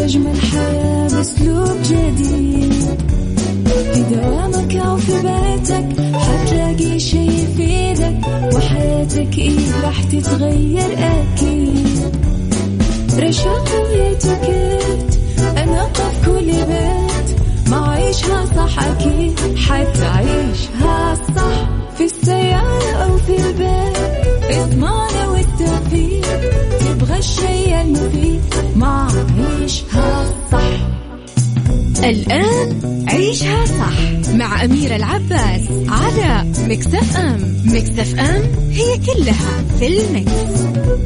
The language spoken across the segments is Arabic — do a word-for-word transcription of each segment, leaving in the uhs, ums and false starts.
أجمل حياة بأسلوب جديد. في دوامك أو في بيتك حتلاقي شي يفيدك، وحياتك إيه راح تتغير أكيد. رشاق ويتوكيت أنا قف كل بيت، ما عيشها صح أكيد حتعيشها صح. في السيارة أو في البيت اسمعنا والتوفيق، تبغى الشيء المفيد ما عيشها صح. الآن عيشها صح مع أميرة العباس على ميكس اف ام. ميكس اف ام هي كلها في الميكس.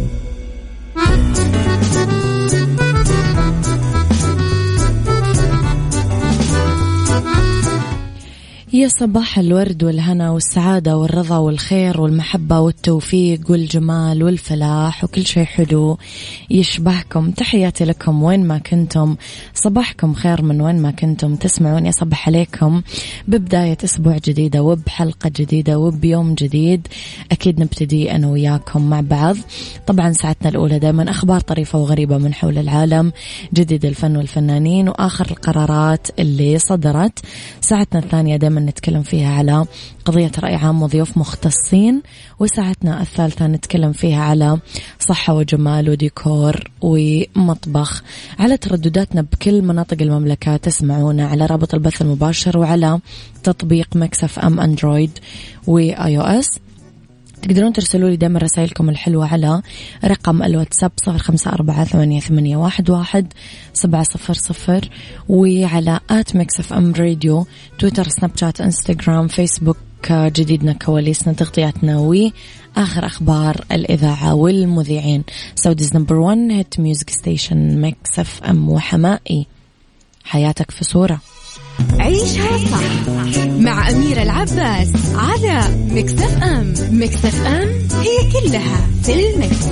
يا صباح الورد والهنا والسعادة والرضا والخير والمحبة والتوفيق والجمال والفلاح وكل شيء حلو يشبهكم. تحياتي لكم وين ما كنتم، صباحكم خير من وين ما كنتم تسمعون. يصبح عليكم ببداية أسبوع جديدة وبحلقة جديدة وبيوم جديد أكيد نبتدي أنا وياكم مع بعض. طبعا ساعتنا الأولى دائما أخبار طريفة وغريبة من حول العالم، جديد الفن والفنانين وآخر القرارات اللي صدرت. ساعتنا الثانية دائما نتكلم فيها على قضية رأي عام وضيوف مختصين، وساعتنا الثالثة نتكلم فيها على صحة وجمال وديكور ومطبخ. على تردداتنا بكل مناطق المملكة تسمعونا على رابط البث المباشر وعلى تطبيق ميكس اف ام اندرويد واي او اس. تقدرون ترسلوا لي دائما رسائلكم الحلوة على رقم الواتساب صفر خمسة أربعة ثمانية ثمانية واحد واحد سبعة صفر صفر، وعلى آت ميكس اف ام راديو، تويتر، سناب شات، انستغرام، فيسبوك. جديدنا، كواليسنا، تغطياتنا وآخر أخبار الإذاعة والمذيعين. سعوديز نمبر ون هيت ميوزك ستيشن ميكس اف ام وحمائي. حياتك في صورة. عيشها صح مع أميرة العباس على ميكس اف ام. ميكس اف ام هي كلها في الميكس.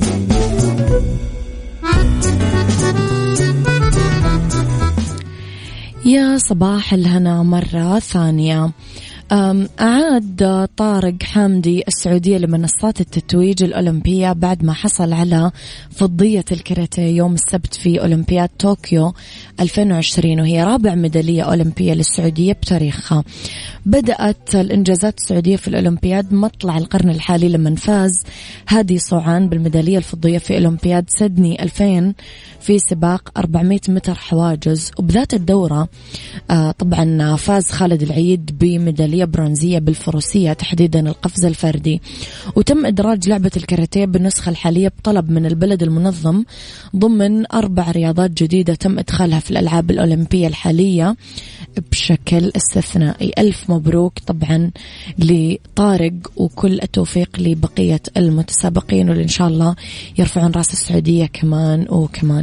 يا صباح الهنا مرة ثانية. أعاد طارق حامدي السعودية لمنصات التتويج الأولمبية بعد ما حصل على فضية الكاراتيه يوم السبت في أولمبياد طوكيو ألفين وعشرين، وهي رابع ميدالية أولمبية للسعودية بتاريخها. بدأت الإنجازات السعودية في الأولمبياد مطلع القرن الحالي لما فاز هادي صوعان بالميدالية الفضية في أولمبياد سيدني ألفين في سباق أربعمائة متر حواجز. وبذات الدورة آه طبعا فاز خالد العيد بميدالية برونزية بالفروسية، تحديدا القفز الفردي. وتم إدراج لعبة الكاراتيه بالنسخة الحالية بطلب من البلد المنظم ضمن أربع رياضات جديدة تم إدخالها في الألعاب الأولمبية الحالية بشكل استثنائي. ألف مبروك طبعا لطارق، وكل التوفيق لبقية المتسابقين، واللي إن شاء الله يرفعون رأس السعودية كمان وكمان.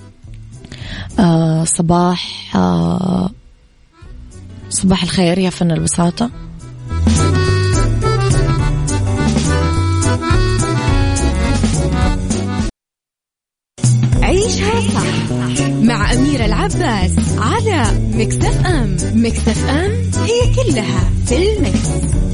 آه صباح آه صباح الخير يا فن البساطة. عيشها صح مع أميرة العباس على ميكس اف ام. ميكس اف ام هي كلها في الميكس.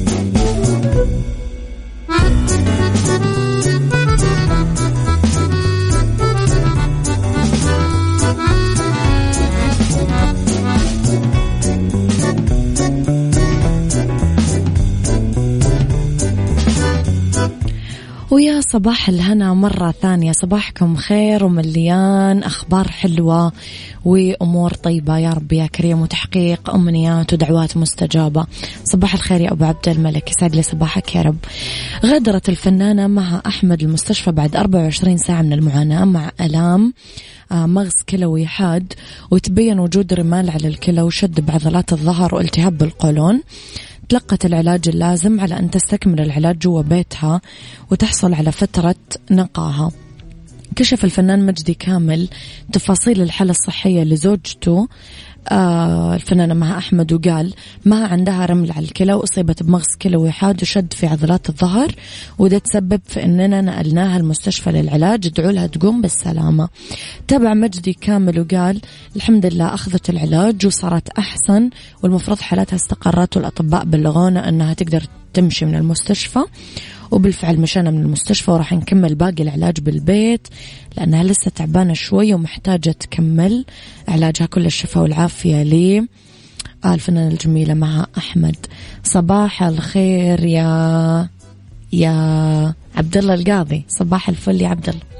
ويا صباح الهنا مرة ثانية، صباحكم خير ومليان أخبار حلوة وأمور طيبة يا رب يا كريم، وتحقيق أمنيات ودعوات مستجابة. صباح الخير يا أبو عبد الملك، يسعد لي صباحك يا رب. غادرت الفنانة مها أحمد المستشفى بعد أربعة وعشرين ساعة من المعاناة مع ألام مغص كلوي حاد، وتبين وجود رمال على الكلى وشد بعضلات الظهر والتهاب بالقولون. تلقت العلاج اللازم على أن تستكمل العلاج جوا بيتها وتحصل على فترة نقاهة. كشف الفنان مجدي كامل تفاصيل الحالة الصحية لزوجته آه الفنانة مها أحمد، وقال ما عندها رمل على الكلى وأصيبت بمغص كلوي حاد وشد في عضلات الظهر، وده تسبب في أننا نقلناها المستشفى للعلاج، ادعوا لها تقوم بالسلامة. تابع مجدي كامل وقال الحمد لله أخذت العلاج وصارت أحسن، والمفروض حالتها استقرت، والأطباء بلغونا أنها تقدر تمشي من المستشفى، وبالفعل مشينا من المستشفى وراح نكمل باقي العلاج بالبيت لأنها لسه تعبانة شوي ومحتاجة تكمل علاجها. كل الشفاء والعافية لي الفنانة الجميلة مها أحمد. صباح الخير يا يا عبد الله القاضي، صباح الفل يا عبد الله.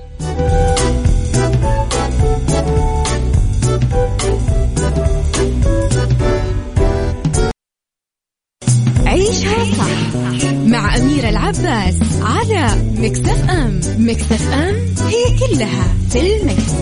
عيشها صح مع أميرة العباس على ميكس اف ام. ميكس اف ام هي كلها في الميكس.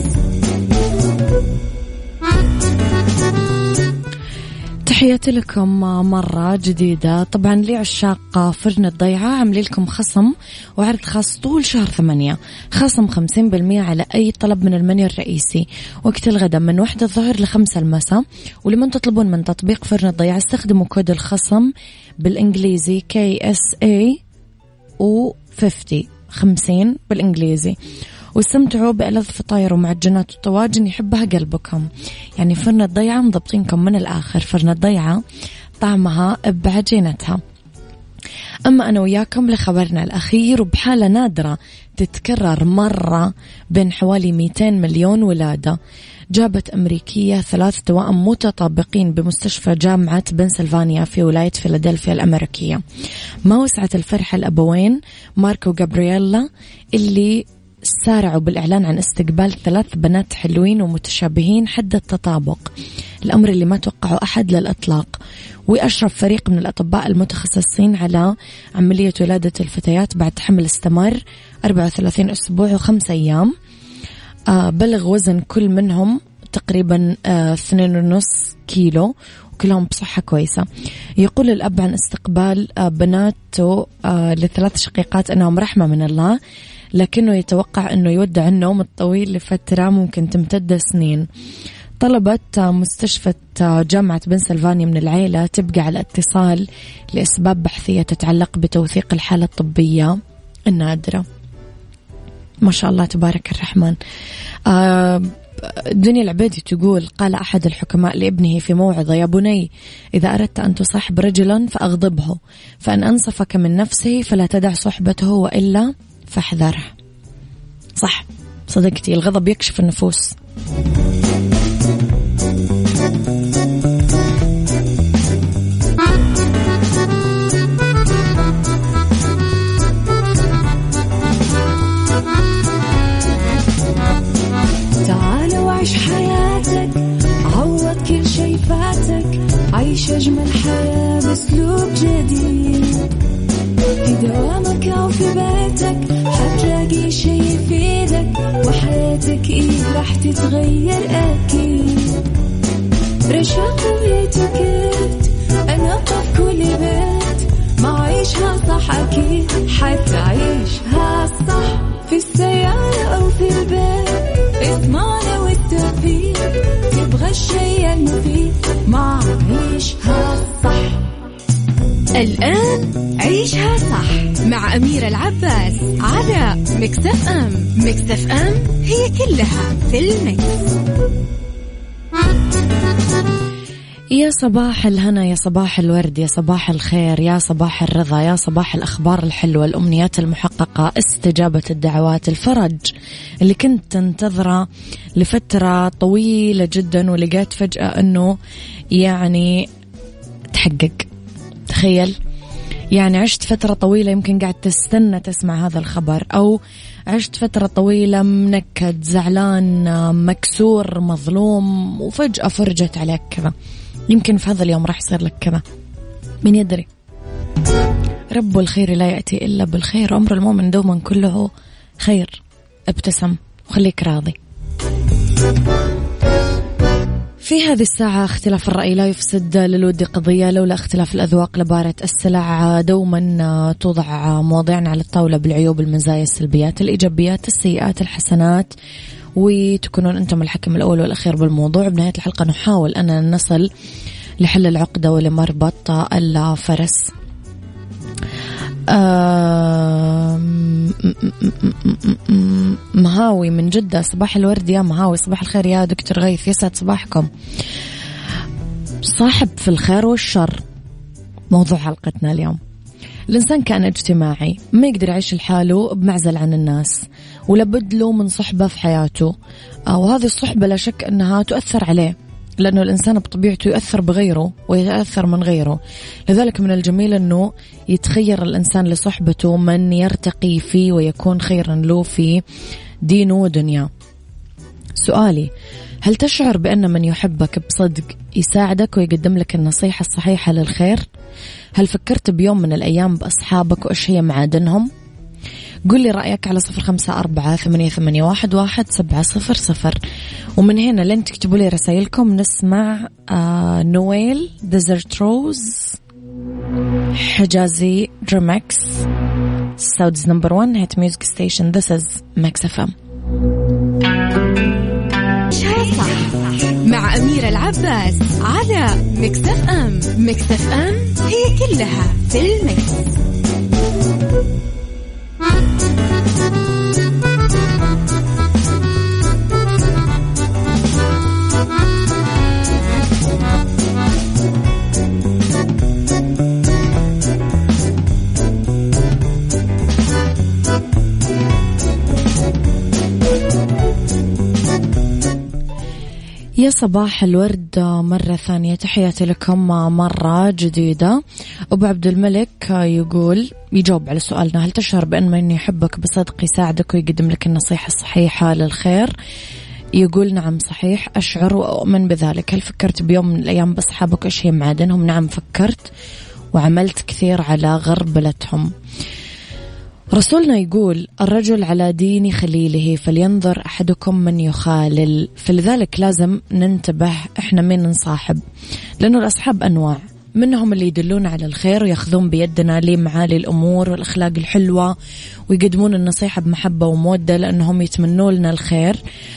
تحياتي لكم مرة جديدة. طبعا لي عشاق فرن الضيعة عاملين لكم خصم وعرض خاص طول شهر ثمانية، خصم خمسين بالمية على أي طلب من المنيو الرئيسي وقت الغداء من واحدة الظهر لخمسة المساء. ولمن تطلبون من تطبيق فرن الضيعة استخدموا كود الخصم بالإنجليزي كي إس إيه و خمسين خمسين بالإنجليزي، واستمتعوا بألذ فطاير ومعجنات وطواجن يحبها قلبكم. يعني فرن الضيعة مضبطينكم من الآخر. فرن الضيعة طعمها بعجينتها. أما أنا وياكم لخبرنا الأخير، وبحالة نادرة تتكرر مرة بين حوالي مئتين مليون ولادة، جابت أمريكية ثلاث توائم متطابقين بمستشفى جامعة بنسلفانيا في ولاية فيلادلفيا الأمريكية. ما وسعت الفرحة الأبوين ماركو وغابرييلا اللي سارعوا بالإعلان عن استقبال ثلاث بنات حلوين ومتشابهين حد التطابق، الأمر اللي ما توقعه أحد للإطلاق. وأشرف فريق من الأطباء المتخصصين على عملية ولادة الفتيات بعد حمل استمر أربعة وثلاثين أسبوع وخمس أيام. آه بلغ وزن كل منهم تقريبا آه اثنين ونص كيلو وكلهم بصحة كويسة. يقول الأب عن استقبال آه بناته آه لثلاث شقيقات أنهم رحمة من الله، لكنه يتوقع أنه يودع النوم الطويل لفترة ممكن تمتد سنين. طلبت مستشفى جامعة بنسلفانيا من العائلة تبقى على اتصال لأسباب بحثية تتعلق بتوثيق الحالة الطبية النادرة. ما شاء الله تبارك الرحمن. آه دنيا العبيدي تقول: قال أحد الحكماء لابنه في موعظة: يا بني، إذا أردت أن تصاحب رجلا فأغضبه، فإن أنصفك من نفسه فلا تدع صحبته وإلا فاحذره. صح، صدقتي، الغضب يكشف النفوس. تعال وعيش حياتك، عوض كل شي فاتك، عيش أجمل حياة بأسلوب جديد. في دوامك أو في بيتك حتلاقي شي يفيدك، وحياتك إيه راح تتغير أكيد. رشاق ويتكت أنا في كل بيت، ما عيشها صح أكيد حتعيشها صح. في السيارة أو في البيت اسمعنا والتوفيق، تبغى الشي المفيد ما عيشها صح. الآن عيشها صح مع أميرة العباس على ميكس اف ام. ميكس اف ام هي كلها في الميكس. يا صباح الهنا، يا صباح الورد، يا صباح الخير، يا صباح الرضا، يا صباح الأخبار الحلوة، الأمنيات المحققة، استجابة الدعوات، الفرج اللي كنت تنتظره لفترة طويلة جدا ولقيت فجأة أنه يعني تحقق. تخيل، يعني عشت فترة طويلة يمكن قاعد تستنى تسمع هذا الخبر، أو عشت فترة طويلة منكد، زعلان، مكسور، مظلوم، وفجأة فرجت عليك كذا. يمكن في هذا اليوم راح يصير لك كذا، من يدري. رب الخير لا يأتي إلا بالخير، أمر المؤمن دوما كله خير. ابتسم وخليك راضي. في هذه الساعة اختلاف الرأي لا يفسد للود قضية، لولا اختلاف الأذواق لبارة السلع. دوما توضع مواضيعنا على الطاولة بالعيوب، المزايا، السلبيات، الإيجابيات، السيئات، الحسنات، وتكونون أنتم الحكم الأول والأخير بالموضوع. بنهاية الحلقة نحاول أن نصل لحل العقدة ولمربط الفرس. مهاوي من جدة، صباح الورد يا مهاوي. صباح الخير يا دكتور غيث، يسعد صباحكم. صاحب في الخير والشر موضوع حلقتنا اليوم. الإنسان كائن اجتماعي، ما يقدر يعيش لحاله بمعزل عن الناس، ولابد له من صحبة في حياته، وهذه الصحبة لا شك أنها تؤثر عليه، لأنه الإنسان بطبيعته يؤثر بغيره ويتأثر من غيره. لذلك من الجميل أنه يتخير الإنسان لصحبته من يرتقي فيه ويكون خيرا له في دينه ودنياه. سؤالي: هل تشعر بأن من يحبك بصدق يساعدك ويقدم لك النصيحة الصحيحة للخير؟ هل فكرت بيوم من الأيام بأصحابك وإيش هي معادنهم؟ قل لي رأيك على صفر خمسة أربعة ثمانية ثمانية واحد واحد سبعة صفر صفر. ومن هنا لن تكتبوا لي رسائلكم نسمع آه نويل ديزرت روز حجازي درمكس ساودز نمبر ون هيت ميوزك ستيشن. This is Mix إف إم. مع أميرة العباس على ميكس إف إم. ميكس إف إم هي كلها في الميكس. يا صباح الورد مرة ثانية، تحياتي لكم مرة جديدة. أبو عبد الملك يقول يجاوب على سؤالنا: هل تشعر بأن من يحبك بصدق يساعدك ويقدم لك النصيحة الصحيحة للخير؟ يقول نعم صحيح، أشعر وأؤمن بذلك. هل فكرت بيوم من الأيام بأصحابك إيش هي معادنهم؟ نعم فكرت وعملت كثير على غربلتهم. رسولنا يقول: الرجل على دين خليله فلينظر أحدكم من يخالل. فلذلك لازم ننتبه إحنا مين نصاحب، لأنه الأصحاب أنواع، منهم اللي يدلون على الخير ويأخذون بيدنا لمعالي الأمور والأخلاق الحلوة ويقدمون النصيحة بمحبة ومودة لأنهم يتمنوا لنا الخير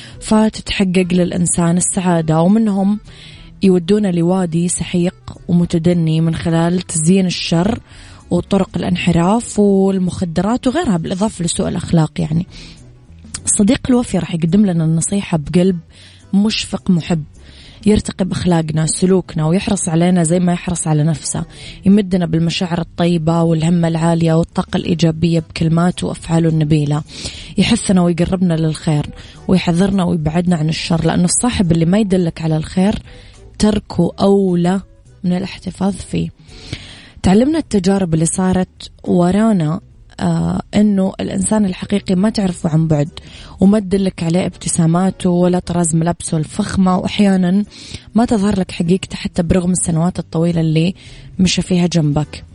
فتتحقق للإنسان السعادة، ومنهم يودون لوادي سحيق ومتدني من خلال تزيين الشر وطرق الانحراف والمخدرات وغيرها، بالإضافة لسوء الأخلاق. يعني الصديق الوفي راح يقدم لنا النصيحة بقلب مشفق محب، يرتقي بأخلاقنا سلوكنا ويحرص علينا زي ما يحرص على نفسه، يمدنا بالمشاعر الطيبة والهمة العالية والطاقة الإيجابية بكلماته وأفعاله النبيلة، يحثنا ويقربنا للخير ويحذرنا ويبعدنا عن الشر، لأنه الصاحب اللي ما يدلك على الخير تركه أولى من الاحتفاظ فيه. تعلمنا التجارب اللي صارت ورانا آه أنه الإنسان الحقيقي ما تعرفه عن بعد، وما تدلك عليه ابتساماته ولا طراز ملابسه الفخمة، وأحيانا ما تظهر لك حقيقته حتى برغم السنوات الطويلة اللي مشى فيها جنبك.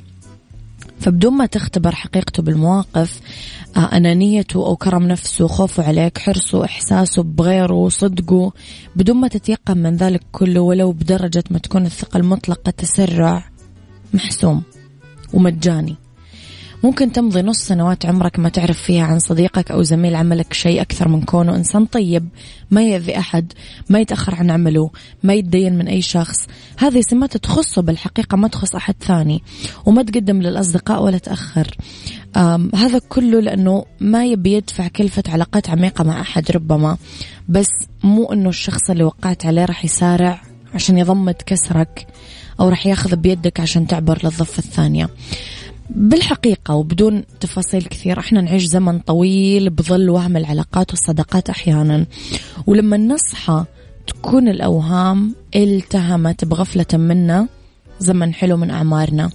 فبدون ما تختبر حقيقته بالمواقف، آه أنانيته أو كرم نفسه، خوفه عليك، حرصه، إحساسه بغيره، صدقه، بدون ما تتيقن من ذلك كله ولو بدرجة ما تكون الثقة المطلقة، تسرع محسوم ومجاني. ممكن تمضي نص سنوات عمرك ما تعرف فيها عن صديقك أو زميل عملك شيء أكثر من كونه إنسان طيب، ما يأذي أحد، ما يتأخر عن عمله، ما يتدين من أي شخص. هذه سمات تخصه بالحقيقة، ما تخص أحد ثاني، وما تقدم للأصدقاء ولا تأخر. هذا كله لأنه ما يبي يدفع كلفة علاقات عميقة مع أحد ربما، بس مو أنه الشخص اللي وقعت عليه رح يسارع عشان يضمد كسرك أو رح ياخذ بيدك عشان تعبر للضفة الثانية. بالحقيقة وبدون تفاصيل كثير، احنا نعيش زمن طويل بظل وهم العلاقات والصداقات أحيانا، ولما نصحى تكون الأوهام التهمت بغفلة منا زمن حلو من أعمارنا.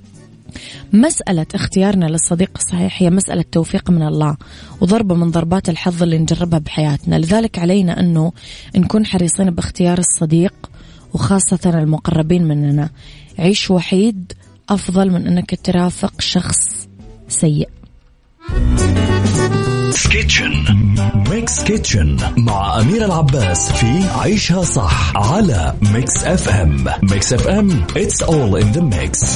مسألة اختيارنا للصديق الصحيح هي مسألة توفيق من الله وضربة من ضربات الحظ اللي نجربها بحياتنا، لذلك علينا أنه نكون حريصين باختيار الصديق وخاصة المقربين مننا. عيش وحيد أفضل من أنك ترافق شخص سيء. كيتشن ميكس كيتشن مع أميرة العباس في عيشها صح على ميكس إف إم. ميكس إف إم It's all in the mix.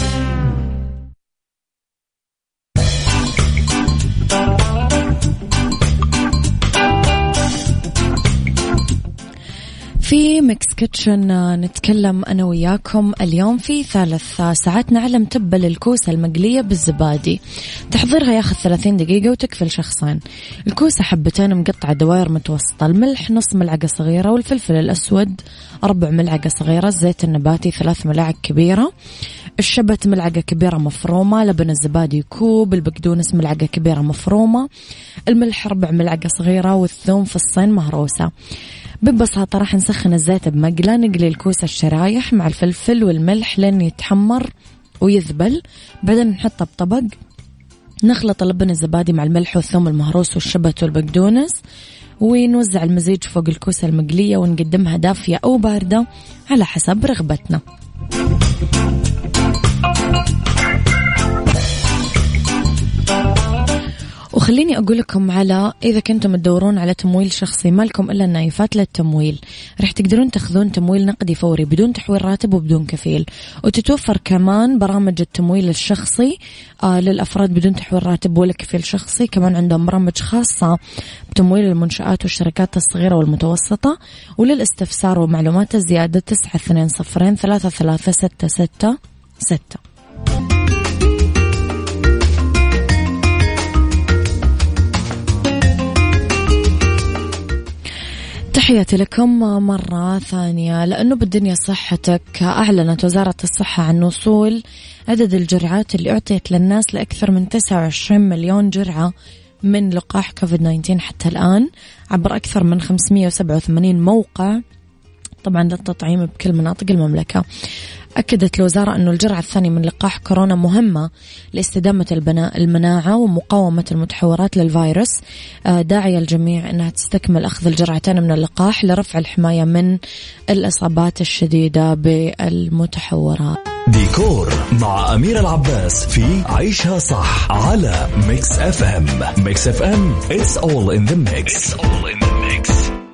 في ميكس كيتشن نتكلم أنا وياكم اليوم في ثالث ساعتنا على متبل الكوسة المقلية بالزبادي. تحضيرها ياخذ ثلاثين دقيقة وتكفل شخصين. الكوسة حبتين مقطعة دوائر متوسطة، الملح نص ملعقة صغيرة، والفلفل الأسود ربع ملعقة صغيرة، الزيت النباتي ثلاث ملاعق كبيرة، الشبت ملعقة كبيرة مفرومة، لبن الزبادي كوب، البقدونس ملعقة كبيرة مفرومة، الملح ربع ملعقة صغيرة، والثوم فصين مهروسة. ببساطة راح نسخن الزيت بمقلة، نقلي الكوسة الشرايح مع الفلفل والملح لين يتحمر ويذبل، بعدين نحطه بطبق، نخلط اللبن الزبادي مع الملح والثوم المهروس والشبت والبقدونس، ونوزع المزيج فوق الكوسة المقلية ونقدمها دافية أو باردة على حسب رغبتنا. وخليني أقول لكم على إذا كنتم تدورون على تمويل شخصي ما لكم إلا النايفات للتمويل، رح تقدرون تاخذون تمويل نقدي فوري بدون تحويل راتب وبدون كفيل، وتتوفر كمان برامج التمويل الشخصي آه للأفراد بدون تحويل راتب ولا كفيل شخصي. كمان عندهم برامج خاصة بتمويل المنشآت والشركات الصغيرة والمتوسطة. وللاستفسار ومعلومات الزيادة تسعة اثنين صفرين ثلاثة ثلاثة ستة ستة ستة. تحياتي لكم مرة ثانية. لأنه بالدنيا صحتك، أعلنت وزارة الصحة عن وصول عدد الجرعات اللي أعطيت للناس لأكثر من تسعة وعشرين مليون جرعة من لقاح كوفيد تسعة عشر حتى الآن عبر أكثر من خمسمائة وسبعة وثمانين موقع طبعا للتطعيم بكل مناطق المملكة. أكدت الوزارة أنه الجرعة الثانية من لقاح كورونا مهمة لاستدامة المناعة ومقاومة المتحورات للفيروس، داعية الجميع أنها تستكمل أخذ الجرعتين من اللقاح لرفع الحماية من الإصابات الشديدة بالمتحورات. ديكور مع أميرة العباس في عيشها صح على ميكس اف ام. ميكس اف ام it's all in the mix. It's all in the mix.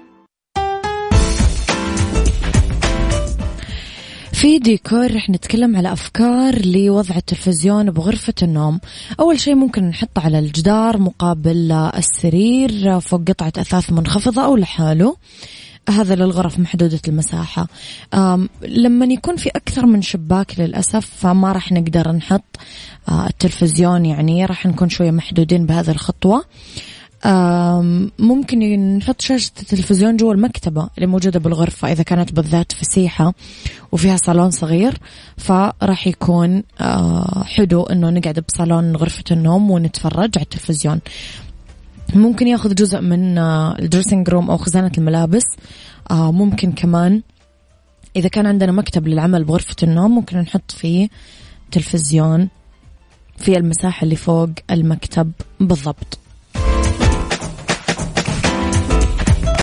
في ديكور رح نتكلم على أفكار لوضع التلفزيون بغرفة النوم. أول شيء ممكن نحطه على الجدار مقابل السرير فوق قطعة أثاث منخفضة أو لحاله، هذا للغرف محدودة المساحة. لما يكون في أكثر من شباك للأسف فما رح نقدر نحط التلفزيون، يعني رح نكون شوية محدودين بهذه الخطوة. ممكن نحط شاشة التلفزيون جوا المكتبة اللي موجودة بالغرفة إذا كانت بالذات فسيحة وفيها صالون صغير، فراح يكون حلو إنه نقعد بصالون غرفة النوم ونتفرج على التلفزيون. ممكن ياخذ جزء من الدريسنج روم أو خزانة الملابس. ممكن كمان إذا كان عندنا مكتب للعمل بغرفة النوم ممكن نحط فيه تلفزيون في المساحة اللي فوق المكتب بالضبط.